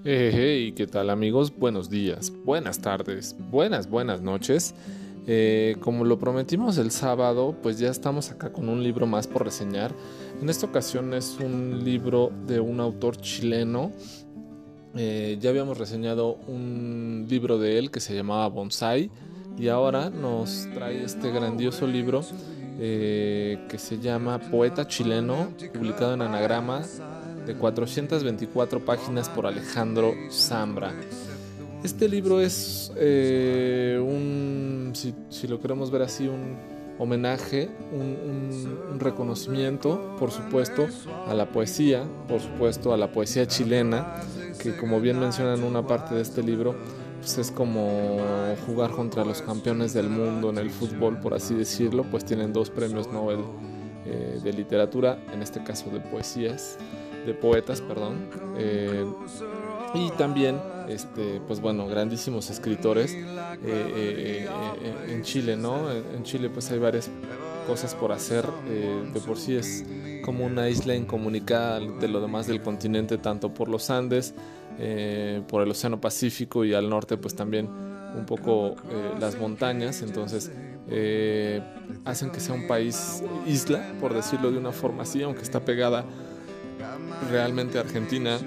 Hey, ¿qué tal amigos? Buenos días, buenas tardes, buenas noches. Como lo prometimos el sábado, pues ya estamos acá con un libro más por reseñar. En esta ocasión es un libro de un autor chileno. Ya habíamos reseñado un libro de él que se llamaba Bonsai y ahora nos trae este grandioso libro que se llama Poeta Chileno, publicado en Anagrama, de 424 páginas por Alejandro Zambra. Este libro es si lo queremos ver así, un homenaje, un reconocimiento, por supuesto, a la poesía, por supuesto, a la poesía chilena, que como bien menciona en una parte de este libro, pues es como jugar contra los campeones del mundo en el fútbol, por así decirlo, pues tienen 2 premios Nobel de literatura, en este caso de poetas, perdón. Y también, pues bueno, grandísimos escritores en Chile, ¿no? En Chile pues hay varias cosas por hacer, de por sí es como una isla incomunicada de lo demás del continente, tanto por los Andes, por el Océano Pacífico y al norte pues también un poco las montañas, entonces hacen que sea un país isla, por decirlo de una forma así, aunque está pegada realmente a Argentina,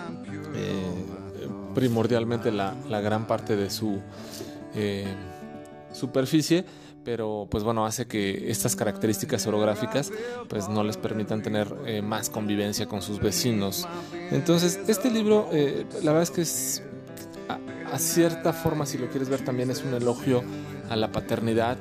primordialmente la gran parte de su superficie, pero pues bueno, hace que estas características orográficas pues no les permitan tener más convivencia con sus vecinos. Entonces este libro, la verdad es que es a cierta forma, si lo quieres ver, también es un elogio a la paternidad,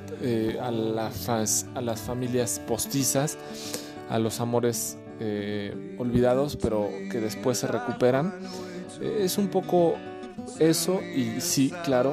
a las familias postizas, a los amores olvidados pero que después se recuperan. Es un poco eso y sí, claro,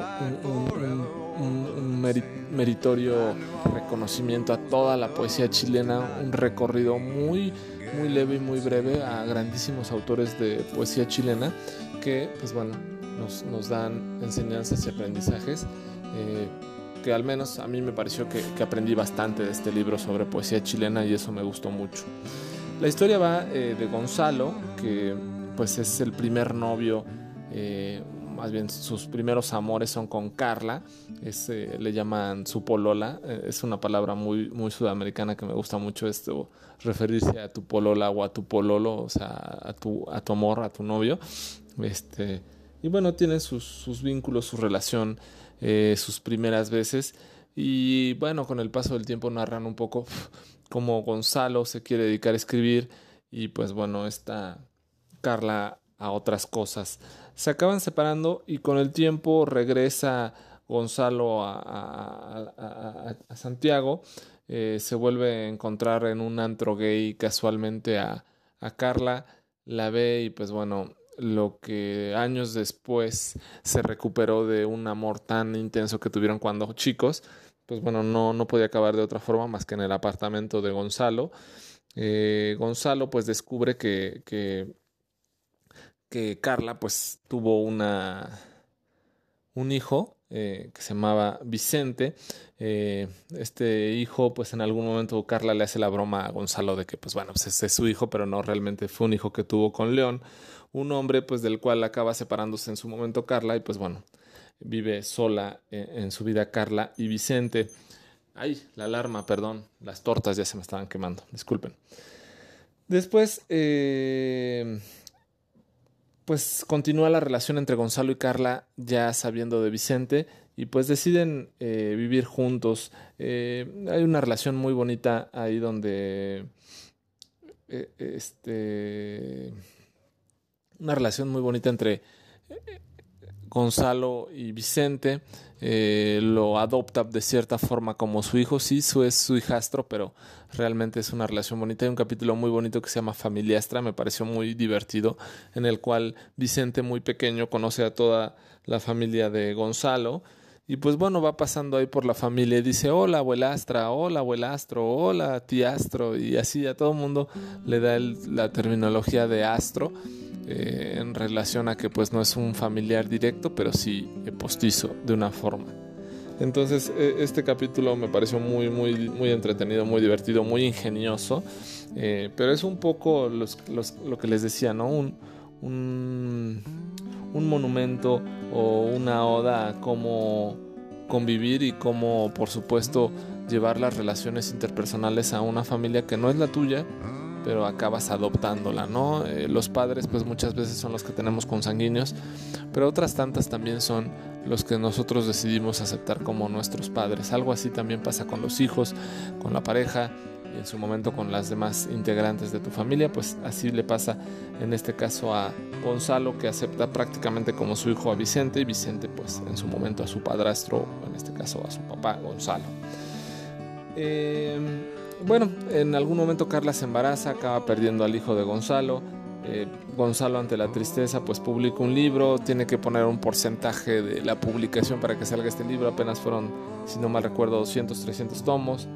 un meritorio reconocimiento a toda la poesía chilena, un recorrido muy leve y muy breve a grandísimos autores de poesía chilena que, pues bueno, nos dan enseñanzas y aprendizajes, que al menos a mí me pareció que aprendí bastante de este libro sobre poesía chilena y eso me gustó mucho. La historia va de Gonzalo, que pues es el primer novio, más bien sus primeros amores son con Carla, le llaman su polola, es una palabra muy sudamericana que me gusta mucho esto, referirse a tu polola o a tu pololo, o sea, a tu amor, a tu novio. Y bueno, tienen sus vínculos, su relación, sus primeras veces. Y bueno, con el paso del tiempo narran un poco cómo Gonzalo se quiere dedicar a escribir y pues bueno, está Carla a otras cosas. Se acaban separando y con el tiempo regresa Gonzalo a Santiago. Se vuelve a encontrar en un antro gay casualmente a Carla, la ve y pues bueno, lo que años después se recuperó de un amor tan intenso que tuvieron cuando chicos, pues bueno, no podía acabar de otra forma más que en el apartamento de Gonzalo. Gonzalo pues descubre que Carla pues tuvo un hijo que se llamaba Vicente. Este hijo, pues en algún momento Carla le hace la broma a Gonzalo de que, pues bueno, pues ese es su hijo, pero no realmente fue un hijo que tuvo con León, un hombre pues del cual acaba separándose en su momento Carla y pues bueno, vive sola en su vida Carla y Vicente. Ay, la alarma, perdón, las tortas ya se me estaban quemando, disculpen. Después, pues continúa la relación entre Gonzalo y Carla ya sabiendo de Vicente y pues deciden vivir juntos. Hay una relación muy bonita ahí donde eh, este una relación muy bonita entre Gonzalo y Vicente. Lo adopta de cierta forma como su hijo, sí, es su hijastro, pero realmente es una relación bonita. Hay un capítulo muy bonito que se llama Familiastra, me pareció muy divertido, en el cual Vicente muy pequeño conoce a toda la familia de Gonzalo y pues bueno, va pasando ahí por la familia y dice hola abuelastra, hola abuelastro, hola tiastro y así a todo el mundo le da la terminología de astro, en relación a que pues no es un familiar directo, pero sí postizo de una forma. Entonces este capítulo me pareció muy entretenido, muy divertido, muy ingenioso, pero es un poco lo que les decía, ¿no? Un un monumento o una oda a cómo convivir y cómo, por supuesto, llevar las relaciones interpersonales a una familia que no es la tuya, pero acabas adoptándola, ¿no? Los padres pues muchas veces son los que tenemos consanguíneos, pero otras tantas también son los que nosotros decidimos aceptar como nuestros padres. Algo así también pasa con los hijos, con la pareja y en su momento con las demás integrantes de tu familia. Pues así le pasa en este caso a Gonzalo, que acepta prácticamente como su hijo a Vicente, y Vicente pues en su momento a su padrastro, en este caso a su papá Gonzalo. Bueno, en algún momento Carla se embaraza, acaba perdiendo al hijo de Gonzalo. Gonzalo, ante la tristeza, pues publica un libro, tiene que poner un porcentaje de la publicación para que salga este libro. Apenas fueron, si no mal recuerdo, 200, 300 tomos.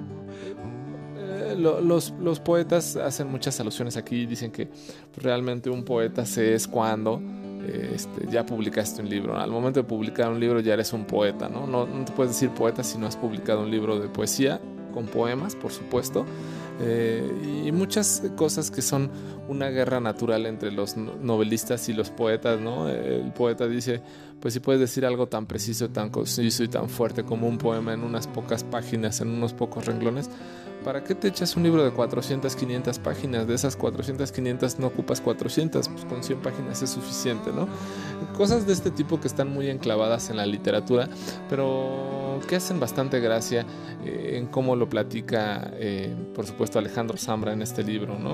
Los poetas hacen muchas alusiones aquí, dicen que realmente un poeta se es cuando ya publicaste un libro. Al momento de publicar un libro ya eres un poeta, ¿no? No te puedes decir poeta si no has publicado un libro de poesía, con poemas, por supuesto, y muchas cosas que son una guerra natural entre los novelistas y los poetas, ¿no? El poeta dice, pues si puedes decir algo tan preciso, tan conciso y tan fuerte como un poema en unas pocas páginas, en unos pocos renglones, ¿para qué te echas un libro de 400, 500 páginas? De esas 400, 500 no ocupas 400, pues con 100 páginas es suficiente, ¿no? Cosas de este tipo que están muy enclavadas en la literatura, pero que hacen bastante gracia en cómo lo platica, por supuesto, Alejandro Zambra en este libro, ¿no?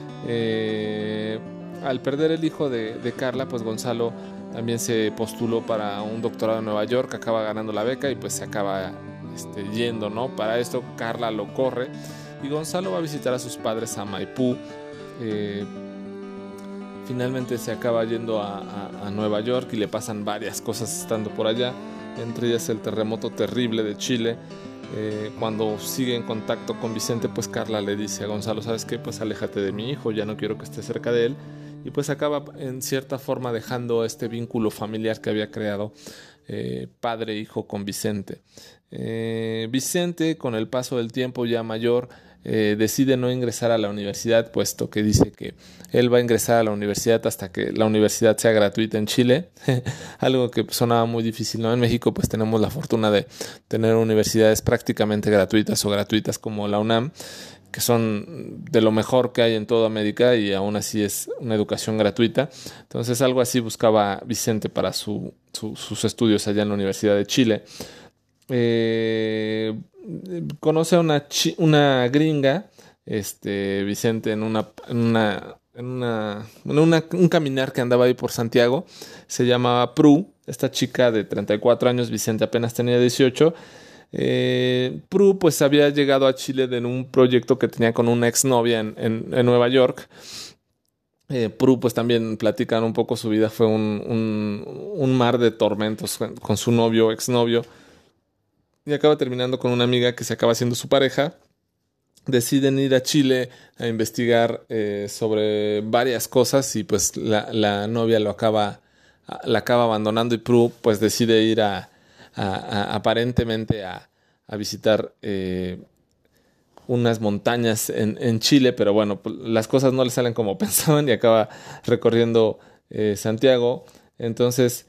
Al perder el hijo de Carla, pues Gonzalo también se postuló para un doctorado en Nueva York, acaba ganando la beca y pues se acaba yendo, ¿no? Para esto Carla lo corre y Gonzalo va a visitar a sus padres a Maipú. Finalmente se acaba yendo a Nueva York y le pasan varias cosas estando por allá, entre ellas el terremoto terrible de Chile. Cuando sigue en contacto con Vicente, pues Carla le dice a Gonzalo, ¿sabes qué? Pues aléjate de mi hijo, ya no quiero que estés cerca de él. Y pues acaba en cierta forma dejando este vínculo familiar que había creado padre e hijo con Vicente. Vicente, con el paso del tiempo ya mayor, decide no ingresar a la universidad, puesto que dice que él va a ingresar a la universidad hasta que la universidad sea gratuita en Chile. Algo que sonaba muy difícil, ¿no? En México pues tenemos la fortuna de tener universidades prácticamente gratuitas o gratuitas como la UNAM, que son de lo mejor que hay en toda América y aún así es una educación gratuita. Entonces algo así buscaba Vicente para sus estudios allá en la Universidad de Chile. Conoce a una gringa, Vicente, en un caminar que andaba ahí por Santiago. Se llamaba Prue, esta chica de 34 años, Vicente apenas tenía 18. Prue pues había llegado a Chile en un proyecto que tenía con una exnovia en Nueva York. Prue pues también platican un poco su vida, fue un mar de tormentos con su exnovio, y acaba terminando con una amiga que se acaba siendo su pareja. Deciden ir a Chile a investigar sobre varias cosas y pues la novia la acaba abandonando y Prue pues decide ir aparentemente a visitar unas montañas en Chile, pero bueno, pues, las cosas no le salen como pensaban y acaba recorriendo Santiago. Entonces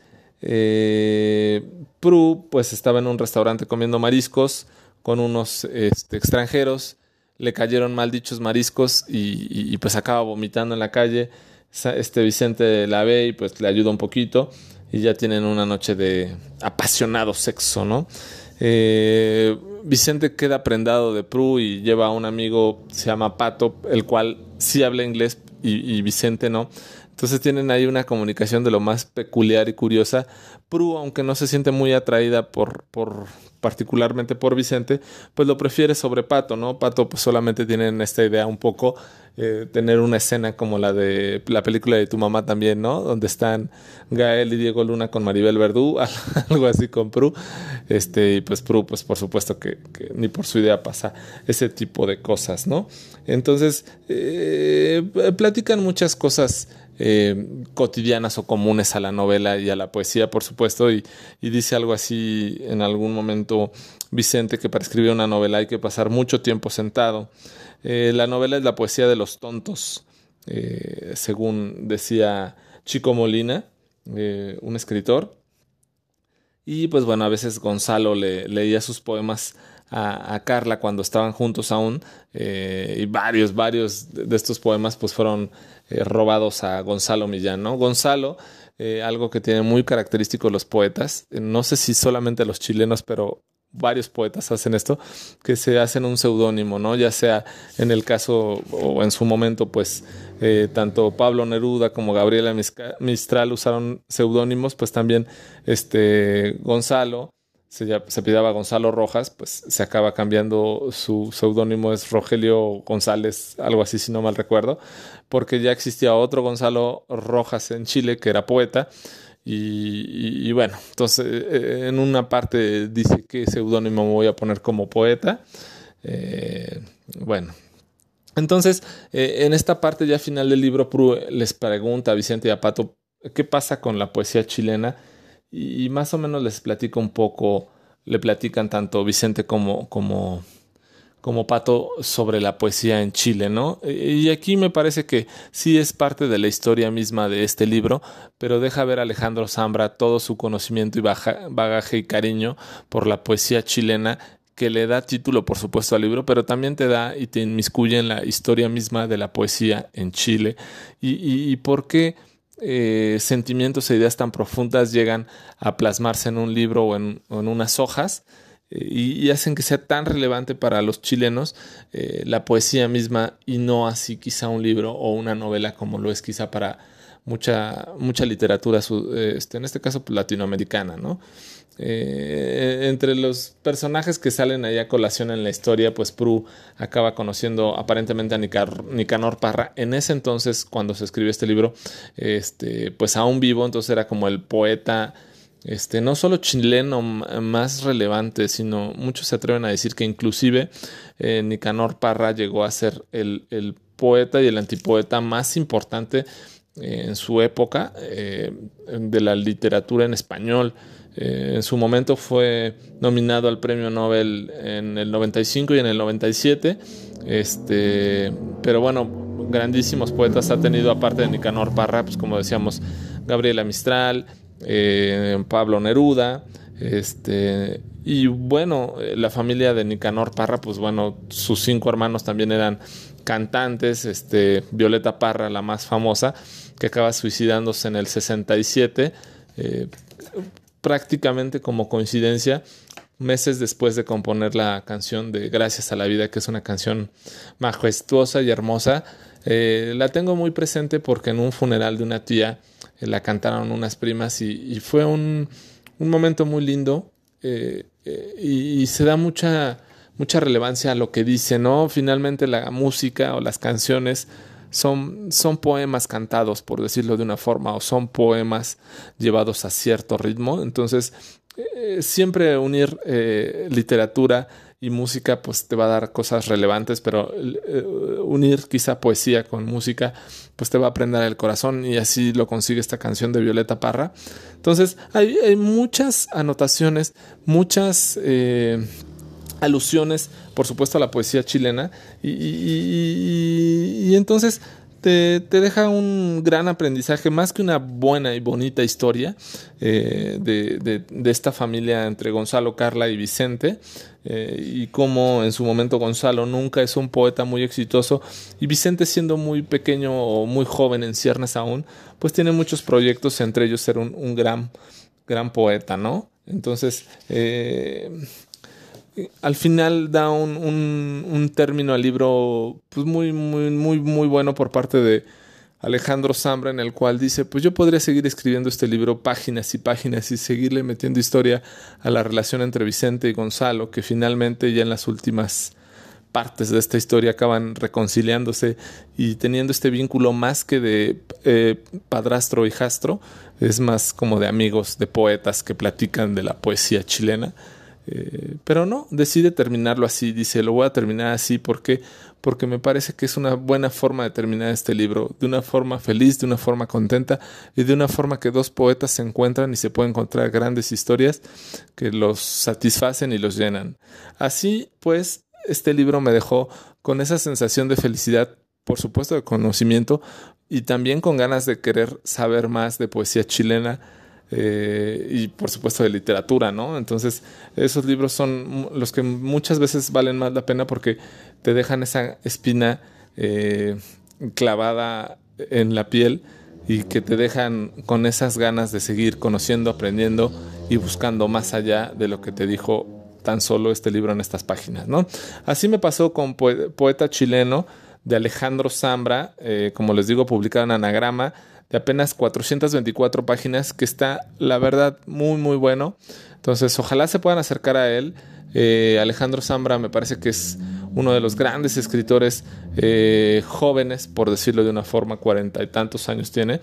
Prue pues estaba en un restaurante comiendo mariscos con unos extranjeros. Le cayeron mal dichos mariscos y pues acaba vomitando en la calle. Vicente la ve y pues le ayuda un poquito y ya tienen una noche de apasionado sexo, ¿no? Vicente queda prendado de Prue y lleva a un amigo, se llama Pato, el cual sí habla inglés y Vicente no. Entonces tienen ahí una comunicación de lo más peculiar y curiosa. Prue, aunque no se siente muy atraída particularmente por Vicente, pues lo prefiere sobre Pato, ¿no? Pato pues solamente tienen esta idea un poco, tener una escena como la de la película de Tu Mamá También, ¿no? Donde están Gael y Diego Luna con Maribel Verdú, algo así con Prue. Y pues Prue, pues por supuesto que ni por su idea pasa ese tipo de cosas, ¿no? Entonces, platican muchas cosas cotidianas o comunes a la novela y a la poesía, por supuesto, y dice algo así en algún momento Vicente, que para escribir una novela hay que pasar mucho tiempo sentado. La novela es la poesía de los tontos, según decía Chico Molina, un escritor. Y pues bueno, a veces Gonzalo le leía sus poemas a Carla cuando estaban juntos aún, y varios de estos poemas pues fueron robados a Gonzalo Millán, ¿no? Gonzalo, algo que tiene muy característico los poetas, no sé si solamente los chilenos, pero varios poetas hacen esto, que se hacen un seudónimo, ¿no? Ya sea en el caso o en su momento, pues tanto Pablo Neruda como Gabriela Mistral usaron seudónimos, pues también Gonzalo se apellidaba Gonzalo Rojas, pues se acaba cambiando su seudónimo, es Rogelio González, algo así si no mal recuerdo, porque ya existía otro Gonzalo Rojas en Chile que era poeta. Y bueno, entonces en una parte dice qué seudónimo me voy a poner como poeta. Eh, bueno, entonces en esta parte ya final del libro, Prue les pregunta a Vicente y a Pato qué pasa con la poesía chilena, y más o menos les platico un poco, le platican tanto Vicente como Pato sobre la poesía en Chile, ¿no? Y aquí me parece que sí es parte de la historia misma de este libro, pero deja ver a Alejandro Zambra todo su conocimiento y bagaje y cariño por la poesía chilena, que le da título, por supuesto, al libro, pero también te da y te inmiscuye en la historia misma de la poesía en Chile, y por qué sentimientos e ideas tan profundas llegan a plasmarse en un libro o en unas hojas, y hacen que sea tan relevante para los chilenos la poesía misma, y no así quizá un libro o una novela como lo es quizá para mucha literatura, en este caso pues, latinoamericana, ¿no? Entre los personajes que salen ahí a colación en la historia, pues Prue acaba conociendo aparentemente a Nicanor Parra. En ese entonces, cuando se escribió este libro, pues aún vivo, entonces era como el poeta, no solo chileno más relevante, sino muchos se atreven a decir que inclusive Nicanor Parra llegó a ser el poeta y el antipoeta más importante en su época de la literatura en español. En su momento fue nominado al Premio Nobel en el 95 y en el 97. Pero bueno, grandísimos poetas ha tenido, aparte de Nicanor Parra, pues como decíamos, Gabriela Mistral, Pablo Neruda, y bueno, la familia de Nicanor Parra, pues bueno, sus 5 hermanos también eran cantantes, Violeta Parra, la más famosa, que acaba suicidándose en el 67, prácticamente como coincidencia, meses después de componer la canción de Gracias a la Vida, que es una canción majestuosa y hermosa. La tengo muy presente porque en un funeral de una tía la cantaron unas primas, y fue un momento muy lindo, y se da mucha relevancia a lo que dice, ¿no? Finalmente la música o las canciones son poemas cantados, por decirlo de una forma, o son poemas llevados a cierto ritmo. Entonces, siempre unir literatura y música pues te va a dar cosas relevantes, pero unir quizá poesía con música pues te va a prender el corazón, y así lo consigue esta canción de Violeta Parra. Entonces hay muchas anotaciones, muchas alusiones, por supuesto, a la poesía chilena, y entonces te deja un gran aprendizaje, más que una buena y bonita historia de esta familia entre Gonzalo, Carla y Vicente, y cómo en su momento Gonzalo nunca es un poeta muy exitoso, y Vicente, siendo muy pequeño o muy joven en ciernes aún, pues tiene muchos proyectos, entre ellos ser un gran poeta, ¿no? Entonces, al final da un término al libro pues muy bueno por parte de Alejandro Zambra, en el cual dice, pues yo podría seguir escribiendo este libro páginas y páginas y seguirle metiendo historia a la relación entre Vicente y Gonzalo, que finalmente ya en las últimas partes de esta historia acaban reconciliándose y teniendo este vínculo más que de padrastro y hijastro, es más como de amigos, de poetas que platican de la poesía chilena. Pero no, decide terminarlo así, dice, lo voy a terminar así porque me parece que es una buena forma de terminar este libro, de una forma feliz, de una forma contenta, y de una forma que dos poetas se encuentran y se pueden encontrar grandes historias que los satisfacen y los llenan. Así pues, este libro me dejó con esa sensación de felicidad, por supuesto de conocimiento, y también con ganas de querer saber más de poesía chilena y por supuesto de literatura, ¿no? Entonces esos libros son los que muchas veces valen más la pena porque te dejan esa espina clavada en la piel y que te dejan con esas ganas de seguir conociendo, aprendiendo y buscando más allá de lo que te dijo tan solo este libro en estas páginas, ¿no? Así me pasó con Poeta Chileno de Alejandro Zambra, como les digo, publicado en Anagrama, de apenas 424 páginas, que está, la verdad, muy, muy bueno. Entonces, ojalá se puedan acercar a él. Alejandro Zambra me parece que es uno de los grandes escritores jóvenes, por decirlo de una forma, 40 y tantos años tiene.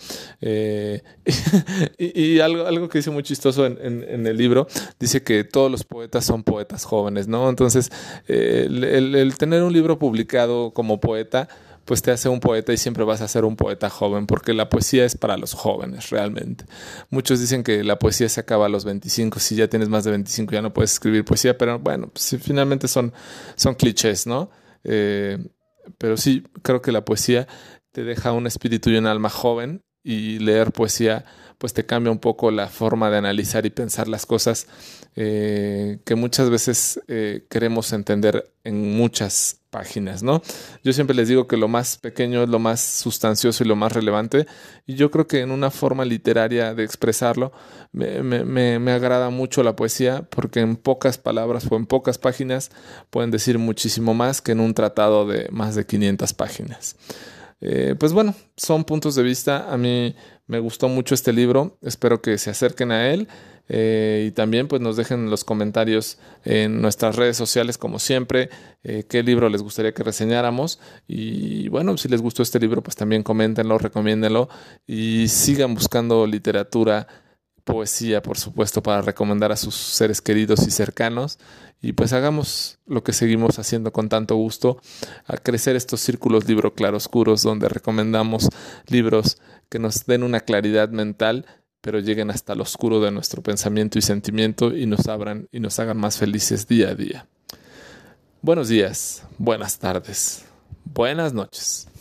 Y algo que dice muy chistoso en el libro, dice que todos los poetas son poetas jóvenes, ¿no? Entonces, el tener un libro publicado como poeta, pues te hace un poeta y siempre vas a ser un poeta joven, porque la poesía es para los jóvenes, realmente. Muchos dicen que la poesía se acaba a los 25, si ya tienes más de 25 ya no puedes escribir poesía, pero bueno, pues, finalmente son clichés, ¿no? Pero sí, creo que la poesía te deja un espíritu y un alma joven, y leer poesía pues te cambia un poco la forma de analizar y pensar las cosas que muchas veces queremos entender en muchas páginas, ¿no? Yo siempre les digo que lo más pequeño es lo más sustancioso y lo más relevante, y yo creo que en una forma literaria de expresarlo me agrada mucho la poesía, porque en pocas palabras o en pocas páginas pueden decir muchísimo más que en un tratado de más de 500 páginas. Pues bueno, son puntos de vista. A mí me gustó mucho este libro, espero que se acerquen a él y también pues nos dejen en los comentarios en nuestras redes sociales, como siempre, qué libro les gustaría que reseñáramos. Y bueno, si les gustó este libro, pues también coméntenlo, recomiéndenlo y sigan buscando literatura, poesía, por supuesto, para recomendar a sus seres queridos y cercanos. Y pues hagamos lo que seguimos haciendo con tanto gusto, a crecer estos círculos libro claroscuros donde recomendamos libros que nos den una claridad mental, pero lleguen hasta lo oscuro de nuestro pensamiento y sentimiento y nos abran y nos hagan más felices día a día. Buenos días, buenas tardes, buenas noches.